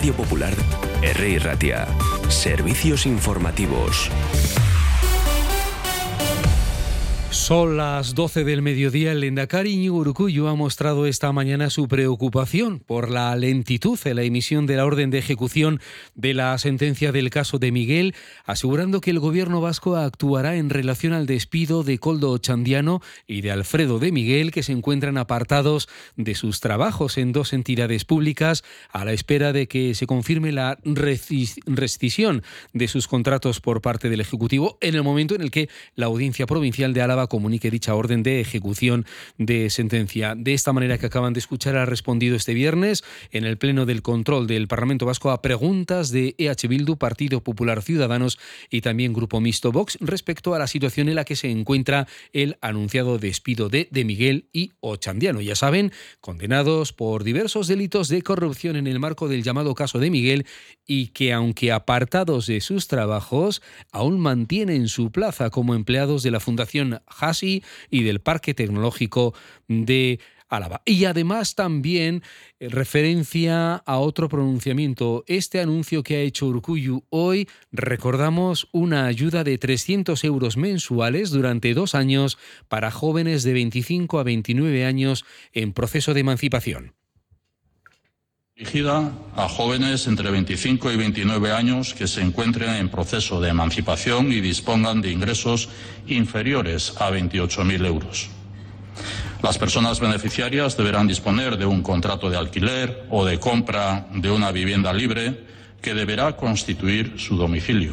Radio Popular, R. Ratia. Servicios informativos. Son las 12 del mediodía. El lehendakari Iñigo Urkullu ha mostrado esta mañana su preocupación por la lentitud en la emisión de la orden de ejecución de la sentencia del caso de Miguel, asegurando que el gobierno vasco actuará en relación al despido de Koldo Ochandiano y de Alfredo de Miguel, que se encuentran apartados de sus trabajos en dos entidades públicas a la espera de que se confirme la rescisión de sus contratos por parte del Ejecutivo en el momento en el que la Audiencia Provincial de Álava comunique dicha orden de ejecución de sentencia. De esta manera que acaban de escuchar, ha respondido este viernes en el Pleno del Control del Parlamento Vasco a preguntas de EH Bildu, Partido Popular Ciudadanos y también Grupo Mixto Vox respecto a la situación en la que se encuentra el anunciado despido de Miguel y Ochandiano. Ya saben, condenados por diversos delitos de corrupción en el marco del llamado caso de Miguel, y que, aunque apartados de sus trabajos, aún mantienen su plaza como empleados de la Fundación Hasi y del Parque Tecnológico de Álava. Y además también referencia a otro pronunciamiento, este anuncio que ha hecho Urkullu hoy. Recordamos una ayuda de 300 euros mensuales durante 2 años para jóvenes de 25 a 29 años en proceso de emancipación. Dirigida a jóvenes entre 25 y 29 años que se encuentren en proceso de emancipación y dispongan de ingresos inferiores a 28.000 euros. Las personas beneficiarias deberán disponer de un contrato de alquiler o de compra de una vivienda libre que deberá constituir su domicilio.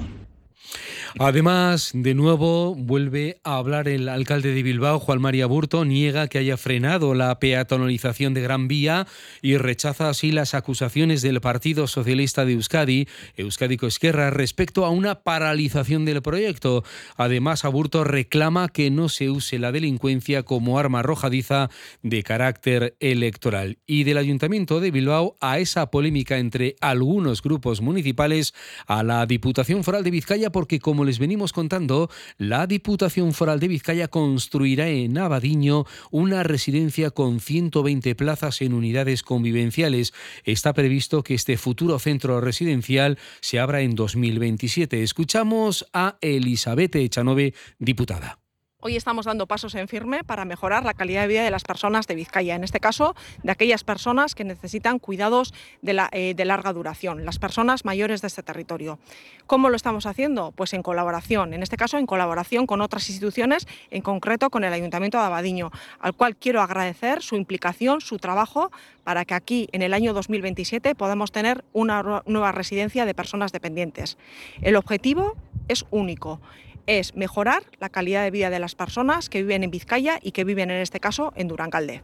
Además, de nuevo, vuelve a hablar el alcalde de Bilbao, Juan María Aburto. Niega que haya frenado la peatonalización de Gran Vía y rechaza así las acusaciones del Partido Socialista de Euskadi, Euskadiko Ezkerra, respecto a una paralización del proyecto. Además, Aburto reclama que no se use la delincuencia como arma arrojadiza de carácter electoral. Y del Ayuntamiento de Bilbao a esa polémica entre algunos grupos municipales, a la Diputación Foral de Vizcaya, porque, como les venimos contando, la Diputación Foral de Vizcaya construirá en Abadiño una residencia con 120 plazas en unidades convivenciales. Está previsto que este futuro centro residencial se abra en 2027. Escuchamos a Elizabeth Echanove, diputada. Hoy estamos dando pasos en firme para mejorar la calidad de vida de las personas de Vizcaya, en este caso de aquellas personas que necesitan cuidados de larga duración, las personas mayores de este territorio. ¿Cómo lo estamos haciendo? Pues en colaboración, en este caso en colaboración con otras instituciones, en concreto con el Ayuntamiento de Abadiño, al cual quiero agradecer su implicación, su trabajo, para que aquí en el año 2027 podamos tener una nueva residencia de personas dependientes. El objetivo es único. Es mejorar la calidad de vida de las personas que viven en Vizcaya y que viven, en este caso, en Durangalde.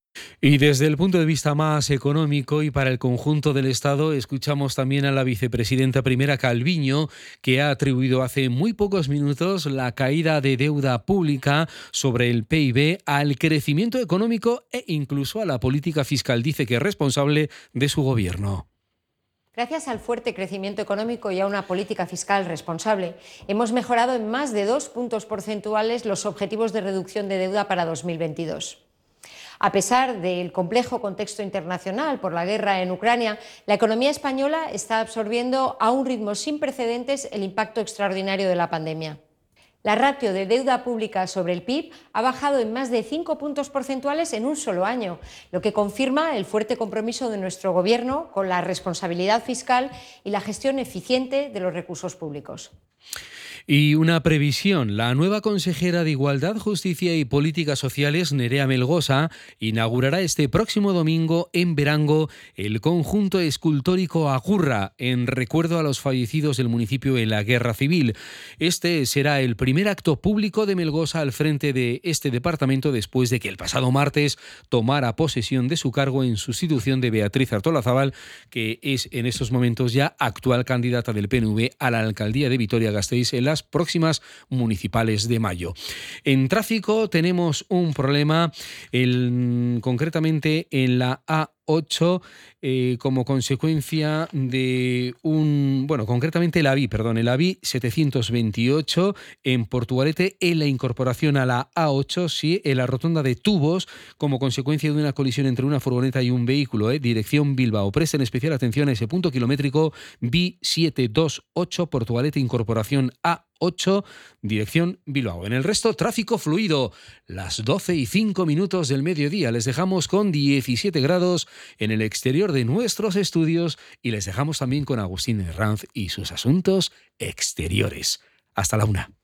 Y desde el punto de vista más económico y para el conjunto del Estado, escuchamos también a la vicepresidenta primera Calviño, que ha atribuido hace muy pocos minutos la caída de deuda pública sobre el PIB al crecimiento económico e incluso a la política fiscal. Dice que es responsable de su gobierno. Gracias al fuerte crecimiento económico y a una política fiscal responsable, hemos mejorado en más de 2 puntos porcentuales los objetivos de reducción de deuda para 2022. A pesar del complejo contexto internacional por la guerra en Ucrania, la economía española está absorbiendo a un ritmo sin precedentes el impacto extraordinario de la pandemia. La ratio de deuda pública sobre el PIB ha bajado en más de 5 puntos porcentuales en un solo año, lo que confirma el fuerte compromiso de nuestro Gobierno con la responsabilidad fiscal y la gestión eficiente de los recursos públicos. Y una previsión. La nueva consejera de Igualdad, Justicia y Políticas Sociales, Nerea Melgosa, inaugurará este próximo domingo en Berango el conjunto escultórico Agurra, en recuerdo a los fallecidos del municipio en la Guerra Civil. Este será el primer acto público de Melgosa al frente de este departamento después de que el pasado martes tomara posesión de su cargo en sustitución de Beatriz Artolazabal, que es en estos momentos ya actual candidata del PNV a la alcaldía de Vitoria-Gasteiz en las próximas municipales de mayo. En tráfico tenemos un problema, concretamente en la A8 como consecuencia de concretamente el AVI 728 en Portugalete, en la incorporación a la A8, sí, en la rotonda de Tubos, como consecuencia de una colisión entre una furgoneta y un vehículo, dirección Bilbao. Presten especial atención a ese punto kilométrico B728, Portugalete, incorporación A8, dirección Bilbao. En el resto, tráfico fluido. Las 12:05 del mediodía. Les dejamos con 17 grados en el exterior de nuestros estudios y les dejamos también con Agustín Herranz y sus asuntos exteriores. Hasta la 1.